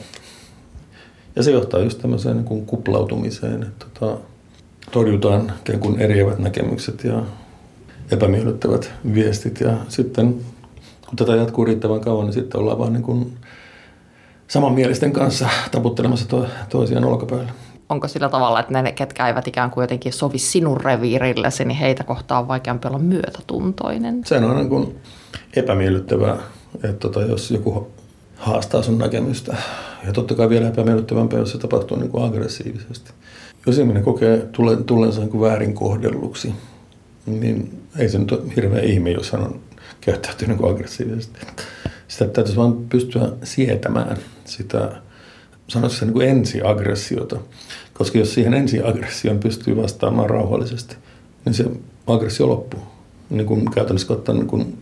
Ja se johtaa just tämmöiseen niin kuin kuplautumiseen, että torjutaan ikään kuin eriävät näkemykset ja epämiellyttävät viestit. Ja sitten kun tätä jatkuu riittävän kauan, niin sitten ollaan vaan niin kuin samanmielisten kanssa taputtelemassa toisiaan olkapäällä. Onko sillä tavalla, että ne, ketkä eivät ikään kuin jotenkin sovi sinun reviirillesi, niin heitä kohtaan on vaikeampi olla myötätuntoinen? Se on niin kuin epämiellyttävää, että jos joku haastaa sun näkemystä. Ja totta kai vielä epämiellyttävämpää, jos se tapahtuu niin kuin aggressiivisesti. Jos ihminen kokee tulleensa niin kuin väärin kohdelluksi, niin ei se nyt ole hirveä ihme, jos hän on käyttäytynyt niin kuin aggressiivisesti. Sitä täytyisi vaan pystyä sietämään sitä, sanoisiko se niin kuin ensiaggressiota. Koska jos siihen ensiaggressioon pystyy vastaamaan rauhallisesti, niin se aggressio loppuu. Niin kuin käytännössä katsoen niin kuin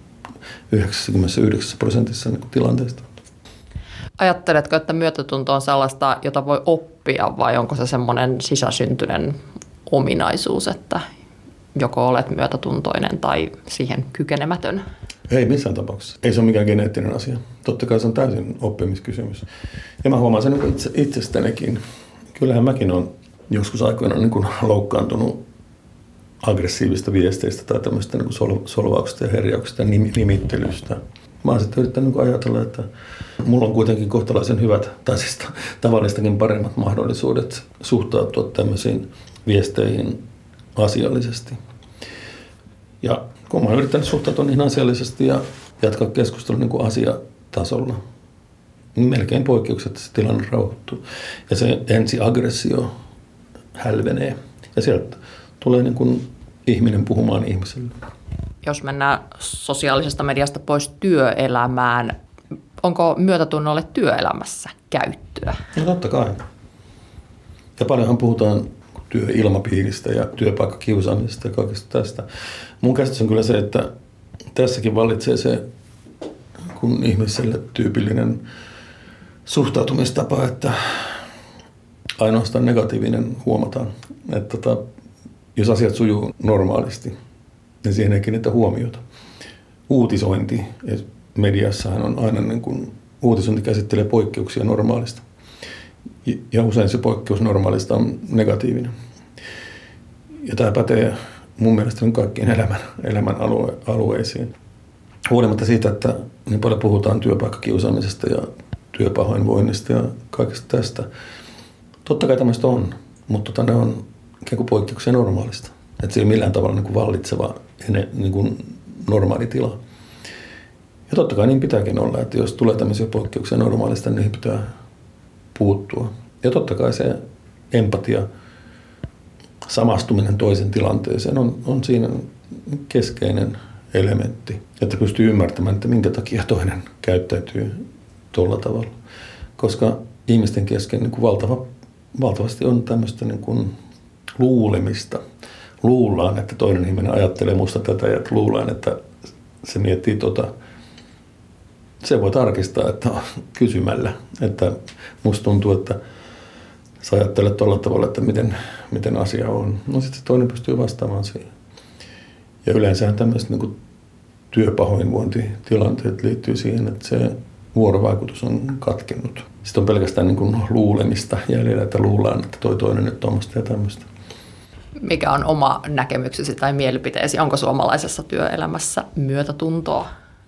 99% niin kuin tilanteesta. Ajatteletko, että myötätunto on sellaista, jota voi oppia, vai onko se semmoinen sisäsyntyinen ominaisuus, että joko olet myötätuntoinen tai siihen kykenemätön? Ei missään tapauksessa. Ei se ole mikään geneettinen asia. Totta kai se on täysin oppimiskysymys. Ja mä huomaan sen itsestänikin. Kyllähän mäkin olen joskus aikoinaan niin kuin loukkaantunut aggressiivista viesteistä tai tämmöistä niin kuin solvauksesta ja herjauksesta ja nimittelystä. Mä oon sitten yrittänyt niin ajatella, että mulla on kuitenkin kohtalaisen hyvät, tai siis tavallistakin paremmat mahdollisuudet suhtautua tämmöisiin viesteihin asiallisesti. Ja kun mä oon yrittänyt suhtautua niihin asiallisesti ja jatkaa keskustelua niin kuin asiatasolla, niin melkein poikkeuksetta se tilanne rauhoittuu. Ja se ensiaggressio hälvenee. Ja sieltä tulee niin kuin ihminen puhumaan ihmiselle. Jos mennään sosiaalisesta mediasta pois työelämään, onko myötätunnolle työelämässä käyttöä? No totta kai. Ja paljonhan puhutaan työilmapiiristä ja työpaikkakiusaamisesta ja kaikesta tästä. Mun käsitys on kyllä se, että tässäkin vallitsee se kun ihmiselle tyypillinen suhtautumistapa, että ainoastaan negatiivinen huomataan. Että jos asiat sujuu normaalisti, niin siihen ei kiinnitä huomiota. Uutisointi, ja mediassahan on aina niin kuin, uutisointi käsittelee poikkeuksia normaalista. Ja usein se poikkeus normaalista on negatiivinen. Ja tämä pätee mun mielestä kaikkiin elämän alueisiin. Huolimatta siitä, että niin paljon puhutaan työpaikkakiusaamisesta ja työpahoinvoinnista ja kaikesta tästä. Totta kai tämmöistä on, mutta ne on ikään kuin poikkeuksia normaalista. Että se ei ole millään tavalla niin kuin vallitseva niin kuin normaali tila. Ja totta kai niin pitääkin olla, että jos tulee tämmöisiä poikkeuksia normaalista, niin niihin pitää puuttua. Ja totta kai se empatia, samastuminen toisen tilanteeseen on siinä keskeinen elementti. Että pystyy ymmärtämään, että minkä takia toinen käyttäytyy tuolla tavalla. Koska ihmisten kesken niin kuin valtavasti on tämmöistä niin kuin luulemista, luullaan, että toinen ihminen ajattelee musta tätä ja että luullaan, että se miettii se voi tarkistaa, että kysymällä, että musta tuntuu, että sä ajattelet tuolla tavalla, että miten asia on. No sitten se toinen pystyy vastaamaan siihen. Ja yleensähän tämmöiset niin kuin työpahoinvointitilanteet liittyy siihen, että se vuorovaikutus on katkennut. Sitten on pelkästään niin kuin luulemista jäljellä, että luullaan, että toi toinen nyt tuommoista ja tämmöistä. Mikä on oma näkemyksesi tai mielipiteesi? Onko suomalaisessa työelämässä myötätuntoa?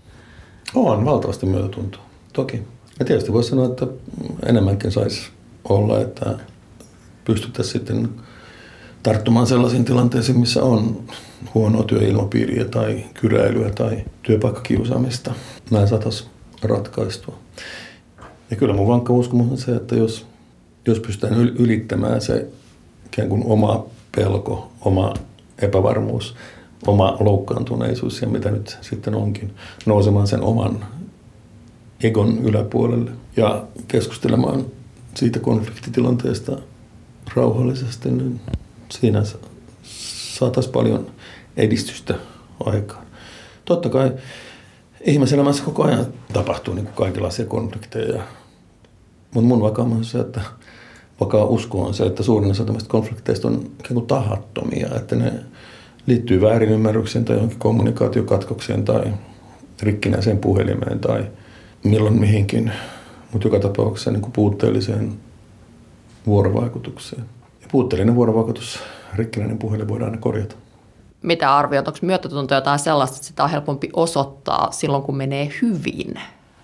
On valtavasti myötätuntoa, toki. Ja tietysti voisi sanoa, että enemmänkin saisi olla, että pystyttäisiin sitten tarttumaan sellaisiin tilanteisiin, missä on huonoa työilmapiiriä tai kyräilyä tai työpaikkakiusaamista. Nämä saataisiin ratkaistua. Ja kyllä mun vankka uskomus on se, että jos pystytään ylittämään se ikään kuin oma pelko, oma epävarmuus, oma loukkaantuneisuus ja mitä nyt sitten onkin, nousemaan sen oman egon yläpuolelle ja keskustelemaan siitä konfliktitilanteesta rauhallisesti, niin siinä saataisiin paljon edistystä aikaan. Totta kai ihmiselämässä koko ajan tapahtuu niin kuin kaikenlaisia konflikteja, mutta mun vakaumus on se, että vakaa usko on se, että suurin osa tämmöistä konflikteista on ikään kuin tahattomia, että ne liittyy väärinymmärrykseen tai johonkin kommunikaatiokatkokseen tai rikkinäiseen puhelimeen tai milloin mihinkin, mutta joka tapauksessa niin kuin puutteelliseen vuorovaikutukseen. Ja puutteellinen vuorovaikutus, rikkinäinen puhelin voidaan aina korjata. Mitä arvioit, onko myötätunto jotain sellaista, että sitä on helpompi osoittaa silloin, kun menee hyvin?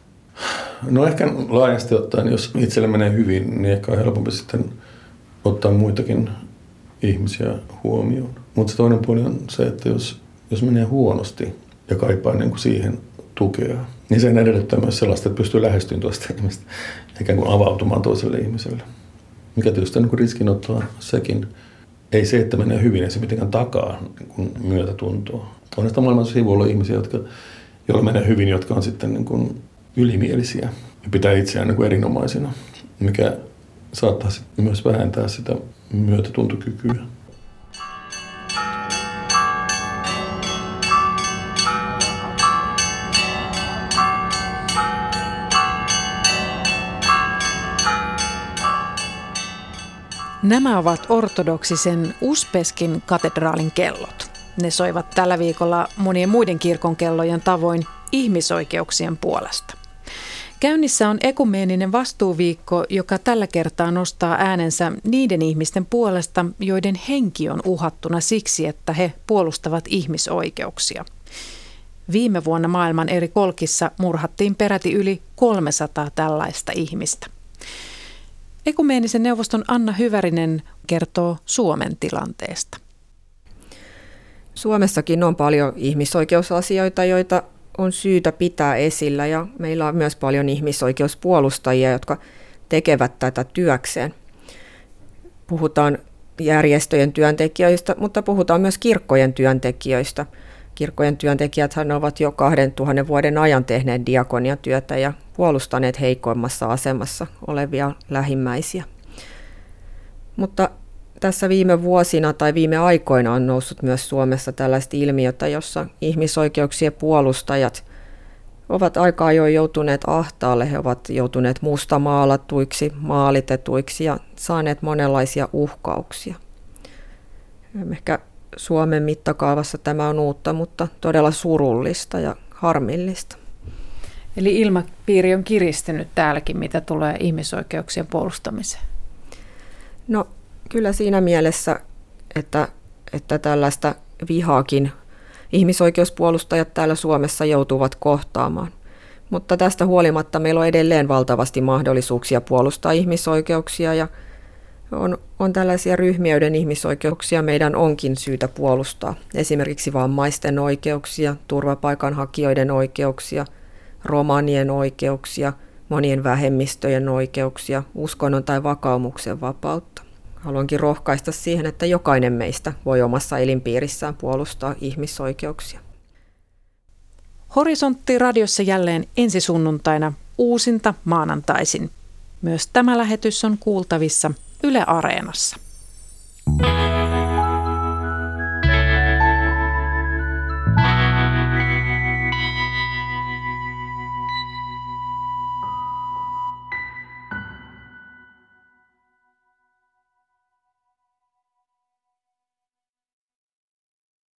No ehkä laajasti ottaen, jos itselle menee hyvin, niin ehkä on helpompi sitten ottaa muitakin ihmisiä huomioon. Mutta se toinen puoli on se, että jos menee huonosti ja kaipaa niin kuin siihen tukea, niin se edellyttää myös sellaista, että pystyy lähestymään toista ihmistä, ikään kuin avautumaan toiselle ihmiselle. Mikä tietysti on niin kuin riskinottoa sekin. Ei se, että menee hyvin, ei se mitenkään takaa niin kuin myötätuntoa. On sitä maailmassa sivuilla ihmisiä, joilla menee hyvin, jotka on sitten niin kuin ylimielisiä ja pitää itseään niin kuin erinomaisina, mikä saattaa sitten myös vähentää sitä myötätuntokykyä. Nämä ovat ortodoksisen Uspeskin katedraalin kellot. Ne soivat tällä viikolla monien muiden kirkon kellojen tavoin ihmisoikeuksien puolesta. Käynnissä on ekumeeninen vastuuviikko, joka tällä kertaa nostaa äänensä niiden ihmisten puolesta, joiden henki on uhattuna siksi, että he puolustavat ihmisoikeuksia. Viime vuonna maailman eri kolkissa murhattiin peräti yli 300 tällaista ihmistä. Ekumeenisen neuvoston Anna Hyvärinen kertoo Suomen tilanteesta. Suomessakin on paljon ihmisoikeusasioita, joita on syytä pitää esillä, ja meillä on myös paljon ihmisoikeuspuolustajia, jotka tekevät tätä työkseen. Puhutaan järjestöjen työntekijöistä, mutta puhutaan myös kirkkojen työntekijöistä. Kirkkojen työntekijäthän ovat jo 2000 vuoden ajan tehneet diakoniatyötä ja puolustaneet heikoimmassa asemassa olevia lähimmäisiä. Mutta tässä viime vuosina tai viime aikoina on noussut myös Suomessa tällaista ilmiötä, jossa ihmisoikeuksien puolustajat ovat aika ajoin joutuneet ahtaalle. He ovat joutuneet mustamaalatuiksi, maalitetuiksi ja saaneet monenlaisia uhkauksia. Ehkä Suomen mittakaavassa tämä on uutta, mutta todella surullista ja harmillista. Eli ilmapiiri on kiristynyt täälläkin, mitä tulee ihmisoikeuksien puolustamiseen? No kyllä siinä mielessä, että tällaista vihaakin ihmisoikeuspuolustajat täällä Suomessa joutuvat kohtaamaan. Mutta tästä huolimatta meillä on edelleen valtavasti mahdollisuuksia puolustaa ihmisoikeuksia ja on tällaisia ryhmiä, joiden ihmisoikeuksia meidän onkin syytä puolustaa. Esimerkiksi vammaisten oikeuksia, turvapaikanhakijoiden oikeuksia, romanien oikeuksia, monien vähemmistöjen oikeuksia, uskonnon tai vakaumuksen vapautta. Haluankin rohkaista siihen, että jokainen meistä voi omassa elinpiirissään puolustaa ihmisoikeuksia. Horisontti radiossa jälleen ensi sunnuntaina, uusinta maanantaisin. Myös tämä lähetys on kuultavissa Yle Areenassa.